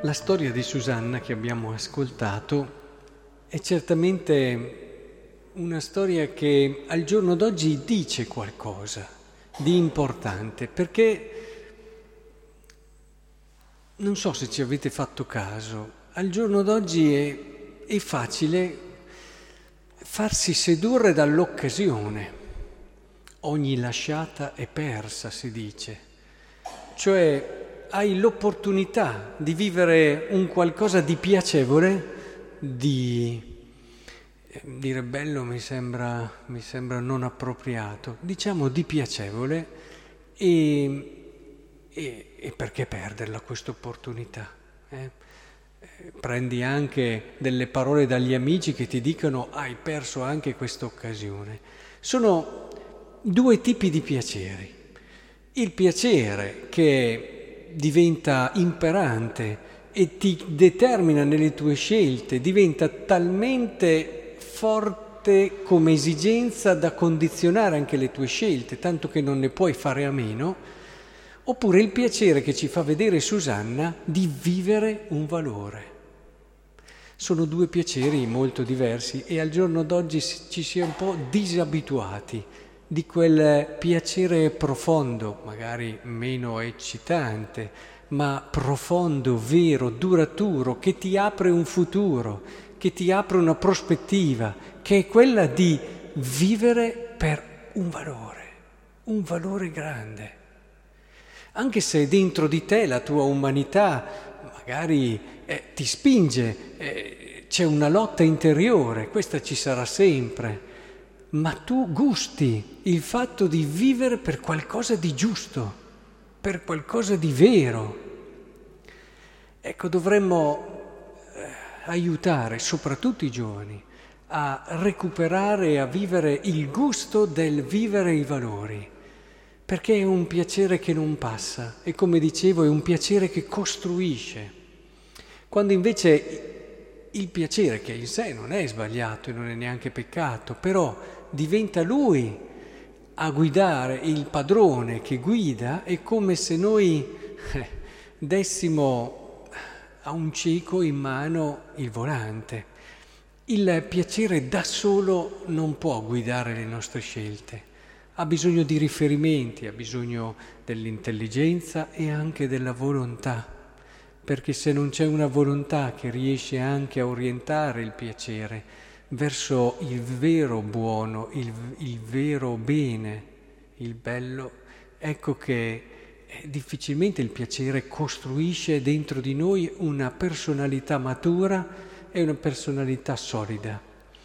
La storia di Susanna che abbiamo ascoltato è certamente una storia che al giorno d'oggi dice qualcosa di importante, perché non so se ci avete fatto caso, al giorno d'oggi è facile farsi sedurre dall'occasione. Ogni lasciata è persa, si dice. Cioè hai l'opportunità di vivere un qualcosa di piacevole, dire bello mi sembra non appropriato, diciamo di piacevole e perché perderla questa opportunità? Prendi anche delle parole dagli amici che ti dicono hai perso anche questa occasione. Sono due tipi di piaceri. Il piacere che diventa imperante e ti determina nelle tue scelte, diventa talmente forte come esigenza da condizionare anche le tue scelte, tanto che non ne puoi fare a meno, oppure il piacere che ci fa vedere Susanna di vivere un valore. Sono due piaceri molto diversi e al giorno d'oggi ci si è un po' disabituati di quel piacere profondo, magari meno eccitante, ma profondo, vero, duraturo, che ti apre un futuro, che ti apre una prospettiva, che è quella di vivere per un valore grande. Anche se dentro di te la tua umanità magari ti spinge, c'è una lotta interiore, questa ci sarà sempre, ma tu gusti il fatto di vivere per qualcosa di giusto, per qualcosa di vero. Ecco, dovremmo aiutare soprattutto i giovani a recuperare e a vivere il gusto del vivere i valori, perché è un piacere che non passa e, come dicevo, è un piacere che costruisce. Quando invece il piacere, che in sé non è sbagliato e non è neanche peccato, però diventa lui a guidare, il padrone che guida, è come se noi dessimo a un cieco in mano il volante. Il piacere da solo non può guidare le nostre scelte, ha bisogno di riferimenti, ha bisogno dell'intelligenza e anche della volontà, perché se non c'è una volontà che riesce anche a orientare il piacere verso il vero buono, il vero bene, il bello, ecco che difficilmente il piacere costruisce dentro di noi una personalità matura e una personalità solida.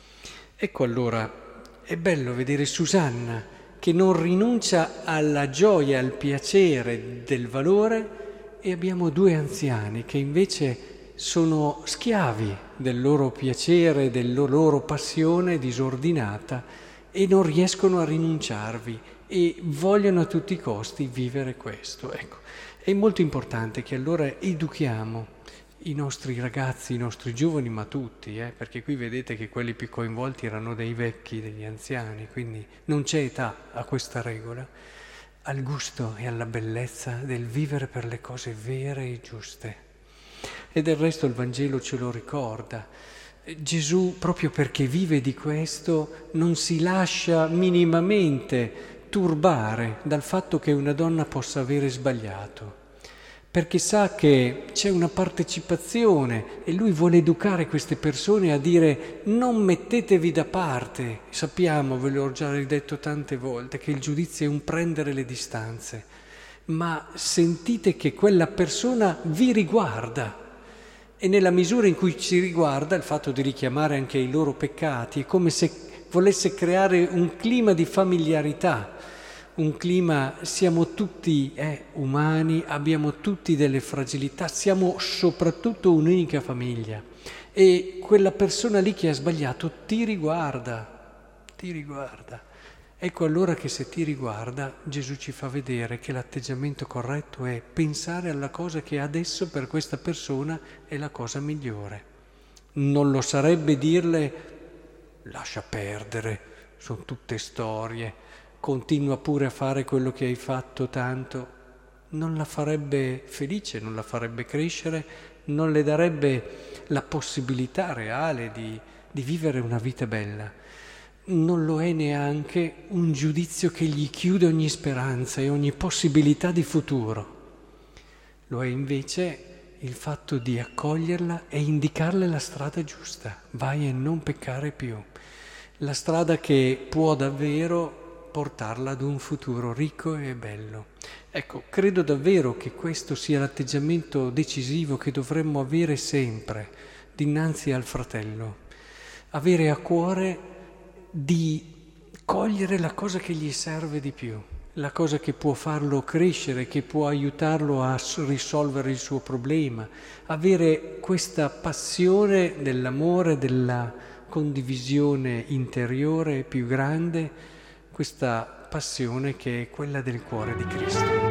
Ecco allora, è bello vedere Susanna che non rinuncia alla gioia, al piacere del valore, e abbiamo due anziani che invece sono schiavi del loro piacere, della loro passione disordinata e non riescono a rinunciarvi e vogliono a tutti i costi vivere questo. Ecco, è molto importante che allora educhiamo i nostri ragazzi, i nostri giovani, ma tutti, perché qui vedete che quelli più coinvolti erano dei vecchi, degli anziani, quindi non c'è età a questa regola, al gusto e alla bellezza del vivere per le cose vere e giuste. E del resto il Vangelo ce lo ricorda. Gesù, proprio perché vive di questo, non si lascia minimamente turbare dal fatto che una donna possa avere sbagliato, perché sa che c'è una partecipazione e lui vuole educare queste persone a dire non mettetevi da parte. Sappiamo, ve l'ho già ridetto tante volte, che il giudizio è un prendere le distanze, ma sentite che quella persona vi riguarda. E nella misura in cui ci riguarda, il fatto di richiamare anche i loro peccati è come se volesse creare un clima di familiarità, un clima, siamo tutti umani, abbiamo tutti delle fragilità, siamo soprattutto un'unica famiglia e quella persona lì che ha sbagliato ti riguarda. Ecco allora che se ti riguarda Gesù ci fa vedere che l'atteggiamento corretto è pensare alla cosa che adesso per questa persona è la cosa migliore. Non lo sarebbe dirle lascia perdere, sono tutte storie, continua pure a fare quello che hai fatto tanto. Non la farebbe felice, non la farebbe crescere, non le darebbe la possibilità reale di vivere una vita bella. Non lo è neanche un giudizio che gli chiude ogni speranza e ogni possibilità di futuro. Lo è invece il fatto di accoglierla e indicarle la strada giusta. Vai e non peccare più. La strada che può davvero portarla ad un futuro ricco e bello. Ecco, credo davvero che questo sia l'atteggiamento decisivo che dovremmo avere sempre dinanzi al fratello. Avere a cuore di cogliere la cosa che gli serve di più, la cosa che può farlo crescere, che può aiutarlo a risolvere il suo problema, avere questa passione dell'amore, della condivisione interiore più grande, questa passione che è quella del cuore di Cristo.